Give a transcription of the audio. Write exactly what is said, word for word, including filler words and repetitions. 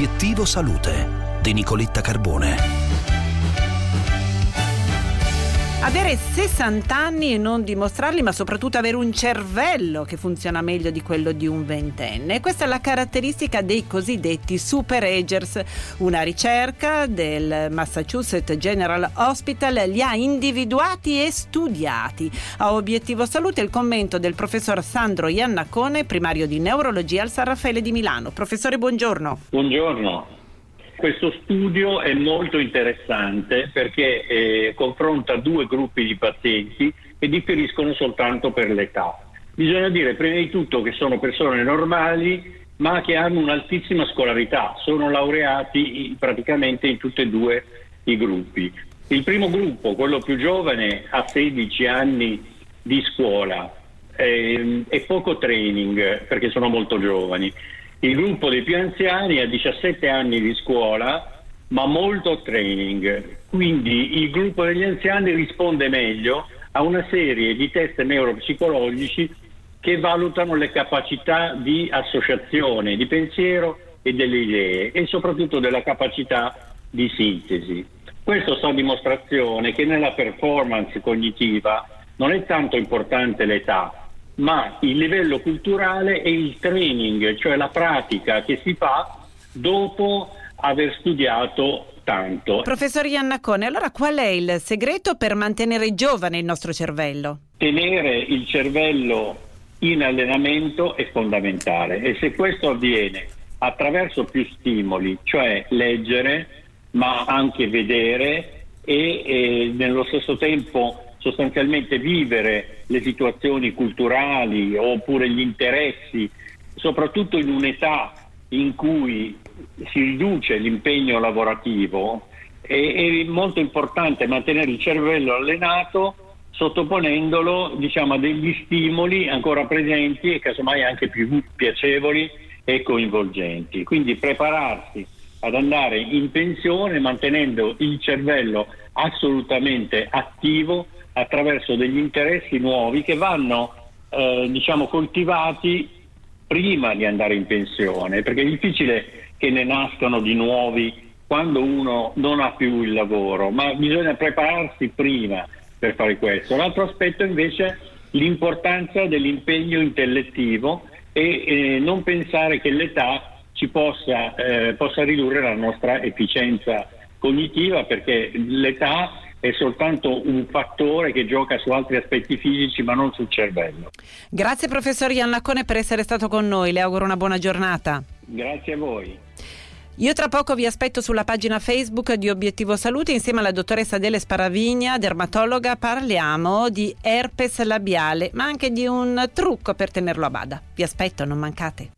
Obiettivo Salute di Nicoletta Carbone. Avere sessanta anni e non dimostrarli, ma soprattutto avere un cervello che funziona meglio di quello di un ventenne. Questa è la caratteristica dei cosiddetti super agers. Una ricerca del Massachusetts General Hospital li ha individuati e studiati. A Obiettivo Salute il commento del professor Sandro Iannacone, primario di neurologia al San Raffaele di Milano. Professore, buongiorno. Buongiorno. Questo studio è molto interessante perché eh, confronta due gruppi di pazienti che differiscono soltanto per l'età. Bisogna dire prima di tutto che sono persone normali ma che hanno un'altissima scolarità, sono laureati praticamente in tutti e due i gruppi. Il primo gruppo, quello più giovane, ha sedici anni di scuola eh, e poco training perché sono molto giovani. Il gruppo dei più anziani ha diciassette anni di scuola, ma molto training. Quindi il gruppo degli anziani risponde meglio a una serie di test neuropsicologici che valutano le capacità di associazione, di pensiero e delle idee e soprattutto della capacità di sintesi. Questo sta a dimostrazione che nella performance cognitiva non è tanto importante l'età, ma il livello culturale e il training, cioè la pratica che si fa dopo aver studiato tanto. Professor Iannacone, allora qual è il segreto per mantenere giovane il nostro cervello? Tenere il cervello in allenamento è fondamentale e se questo avviene attraverso più stimoli, cioè leggere, ma anche vedere e, e nello stesso tempo sostanzialmente vivere le situazioni culturali oppure gli interessi, soprattutto in un'età in cui si riduce l'impegno lavorativo, è, è molto importante mantenere il cervello allenato sottoponendolo, diciamo, a degli stimoli ancora presenti e casomai anche più piacevoli e coinvolgenti. Quindi prepararsi ad andare in pensione mantenendo il cervello assolutamente attivo attraverso degli interessi nuovi che vanno eh, diciamo coltivati prima di andare in pensione, perché è difficile che ne nascano di nuovi quando uno non ha più il lavoro, ma bisogna prepararsi prima per fare questo. L'altro aspetto invece è l'importanza dell'impegno intellettivo e eh, non pensare che l'età ci possa, eh, possa ridurre la nostra efficienza cognitiva, perché l'età è soltanto un fattore che gioca su altri aspetti fisici ma non sul cervello. Grazie professor Iannacone per essere stato con noi, le auguro una buona giornata. Grazie a voi. Io tra poco vi aspetto sulla pagina Facebook di Obiettivo Salute insieme alla dottoressa Adele Sparavigna, dermatologa. Parliamo di herpes labiale ma anche di un trucco per tenerlo a bada. Vi aspetto, non mancate.